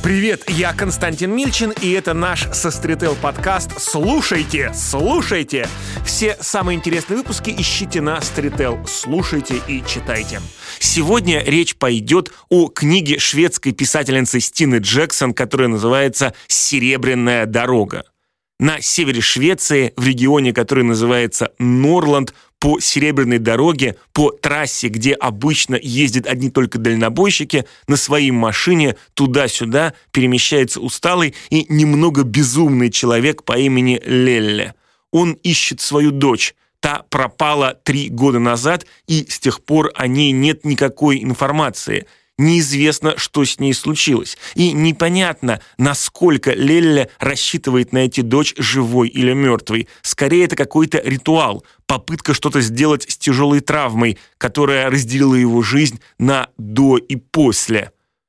Привет, я Константин Мильчин, и это наш со Storytel подкаст «Слушайте, слушайте». Все самые интересные выпуски ищите на Storytel. Слушайте и читайте. Сегодня речь пойдет о книге шведской писательницы Стины Джексон, которая называется «Серебряная дорога». На севере Швеции, в регионе, который называется Норланд, по серебряной дороге, по трассе, где обычно ездят одни только дальнобойщики, на своей машине туда-сюда перемещается усталый и немного безумный человек по имени Лелле. Он ищет свою дочь. Та пропала 3 года назад, и с тех пор о ней нет никакой информации. Неизвестно, что с ней случилось. И непонятно, насколько Лелле рассчитывает найти дочь живой или мертвой. Скорее, это какой-то ритуал, попытка что-то сделать с тяжелой травмой, которая разделила его жизнь на «до» и «после».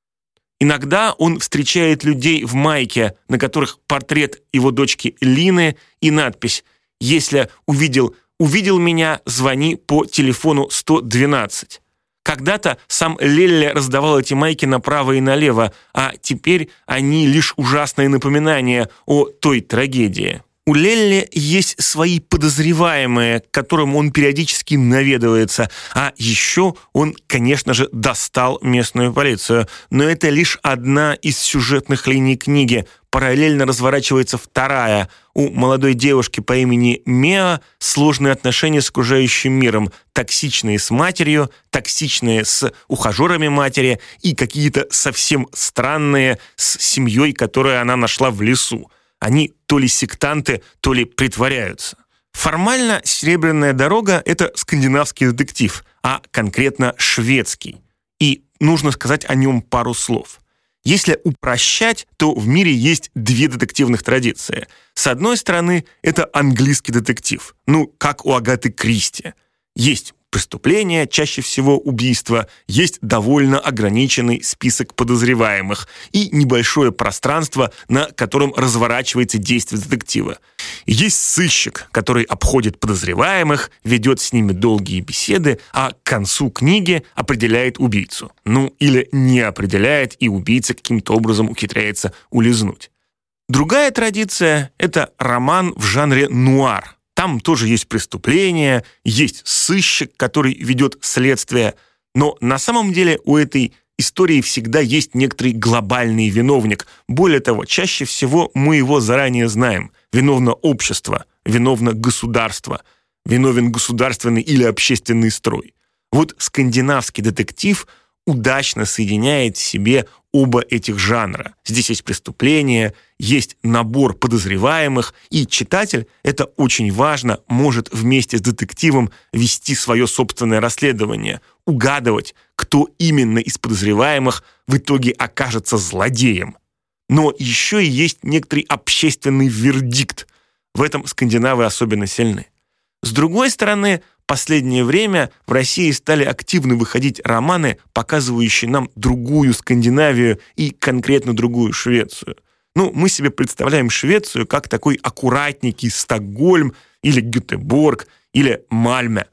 Иногда он встречает людей в майке, на которых портрет его дочки Лины и надпись «Если увидел меня, звони по телефону 112». Когда-то сам Лелле раздавал эти майки направо и налево, а теперь они лишь ужасное напоминание о той трагедии. У Лелле есть свои подозреваемые, к которым он периодически наведывается, а еще он, конечно же, достал местную полицию. Но это лишь одна из сюжетных линий книги. Параллельно разворачивается вторая. У молодой девушки по имени Меа сложные отношения с окружающим миром, токсичные с матерью, токсичные с ухажерами матери и какие-то совсем странные с семьей, которую она нашла в лесу. Они то ли сектанты, то ли притворяются. Формально «Серебряная дорога» — это скандинавский детектив, а конкретно шведский. И нужно сказать о нем пару слов. Если упрощать, то в мире есть 2 детективных традиции. С одной стороны, это английский детектив, как у Агаты Кристи. Есть преступления, чаще всего убийства, есть довольно ограниченный список подозреваемых и небольшое пространство, на котором разворачивается действие детектива. Есть сыщик, который обходит подозреваемых, ведет с ними долгие беседы, а к концу книги определяет убийцу. Или не определяет, и убийца каким-то образом ухитряется улизнуть. Другая традиция — это роман в жанре нуар. Там тоже есть преступление, есть сыщик, который ведет следствие. Но на самом деле у этой истории всегда есть некоторый глобальный виновник. Более того, чаще всего мы его заранее знаем. Виновно общество, виновно государство, виновен государственный или общественный строй. Вот скандинавский детектив удачно соединяет в себе оба этих жанра. Здесь есть преступление, есть набор подозреваемых, и читатель, это очень важно, может вместе с детективом вести свое собственное расследование, угадывать, кто именно из подозреваемых в итоге окажется злодеем. Но еще и есть некоторый общественный вердикт. В этом скандинавы особенно сильны. С другой стороны, в последнее время в России стали активно выходить романы, показывающие нам другую Скандинавию и конкретно другую Швецию. Мы себе представляем Швецию как такой аккуратненький Стокгольм или Гетеборг или Мальме.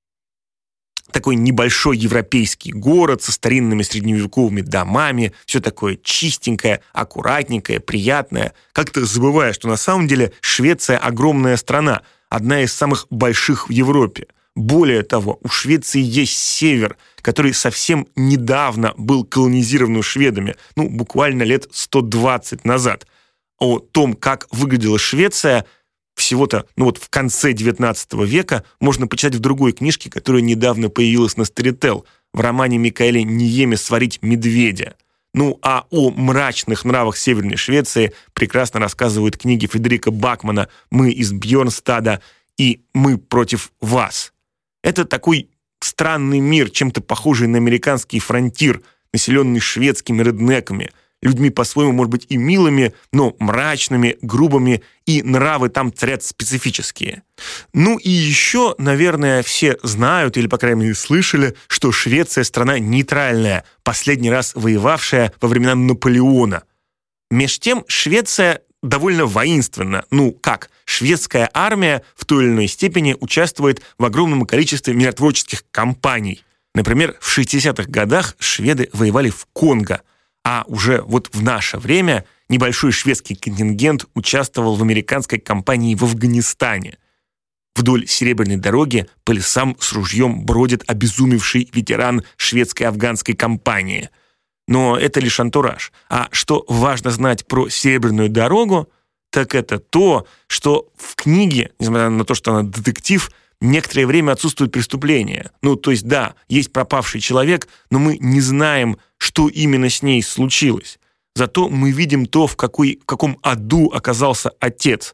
Такой небольшой европейский город со старинными средневековыми домами, все такое чистенькое, аккуратненькое, приятное. Как-то забывая, что на самом деле Швеция огромная страна, одна из самых больших в Европе. Более того, у Швеции есть север, который совсем недавно был колонизирован шведами, буквально лет 120 назад. О том, как выглядела Швеция, всего-то, в конце XIX века можно почитать в другой книжке, которая недавно появилась на Storytel, в романе Микаэля Ниеми «Сварить медведя». А о мрачных нравах Северной Швеции прекрасно рассказывают книги Фредерика Бакмана «Мы из Бьернстада» и «Мы против вас». Это такой странный мир, чем-то похожий на американский фронтир, населенный шведскими реднеками, людьми по-своему, может быть, и милыми, но мрачными, грубыми, и нравы там царят специфические. И еще, наверное, все знают, или, по крайней мере, слышали, что Швеция — страна нейтральная, последний раз воевавшая во времена Наполеона. Меж тем, Швеция довольно воинственно. Шведская армия в той или иной степени участвует в огромном количестве миротворческих кампаний. Например, в 60-х годах шведы воевали в Конго, А уже вот в наше время небольшой шведский контингент участвовал в американской кампании в Афганистане. Вдоль Серебряной дороги по лесам с ружьем бродит обезумевший ветеран шведско-афганской кампании. Но это лишь антураж. А что важно знать про Серебряную дорогу, так это то, что в книге, несмотря на то, что она детектив, некоторое время отсутствует преступление. То есть, да, есть пропавший человек, но мы не знаем, что именно с ней случилось. Зато мы видим то, в каком аду оказался отец.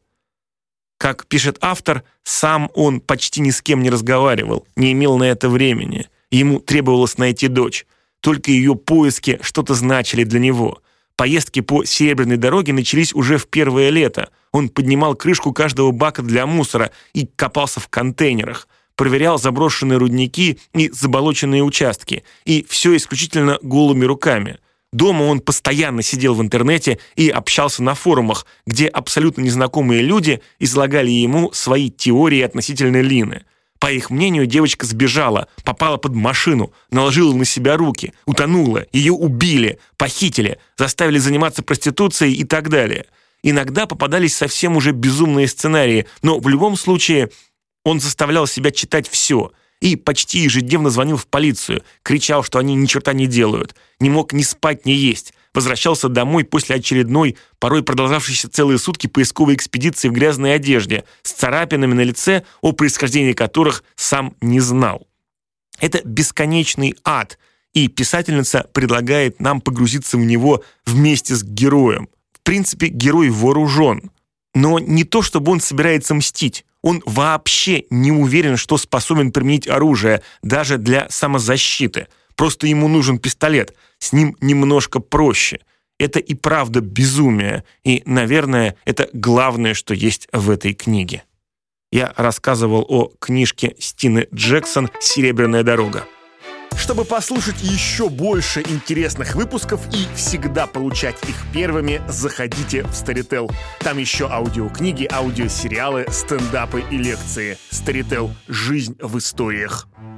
Как пишет автор, сам он почти ни с кем не разговаривал, не имел на это времени. Ему требовалось найти дочь. Только ее поиски что-то значили для него. Поездки по Серебряной дороге начались уже в первое лето. Он поднимал крышку каждого бака для мусора и копался в контейнерах, проверял заброшенные рудники и заболоченные участки, и все исключительно голыми руками. Дома он постоянно сидел в интернете и общался на форумах, где абсолютно незнакомые люди излагали ему свои теории относительно Лины. По их мнению, девочка сбежала, попала под машину, наложила на себя руки, утонула, ее убили, похитили, заставили заниматься проституцией и так далее. Иногда попадались совсем уже безумные сценарии, но в любом случае он заставлял себя читать все и почти ежедневно звонил в полицию, кричал, что они ни черта не делают, не мог ни спать, ни есть. Возвращался домой после очередной, порой продолжавшейся целые сутки поисковой экспедиции в грязной одежде, с царапинами на лице, о происхождении которых сам не знал. Это бесконечный ад, и писательница предлагает нам погрузиться в него вместе с героем. В принципе, герой вооружен. Но не то, чтобы он собирается мстить. Он вообще не уверен, что способен применить оружие, даже для самозащиты. Просто ему нужен пистолет, с ним немножко проще. Это и правда безумие, и, наверное, это главное, что есть в этой книге. Я рассказывал о книжке Стины Джексон «Серебряная дорога». Чтобы послушать еще больше интересных выпусков и всегда получать их первыми, заходите в Storytel. Там еще аудиокниги, аудиосериалы, стендапы и лекции. Storytel. Жизнь в историях.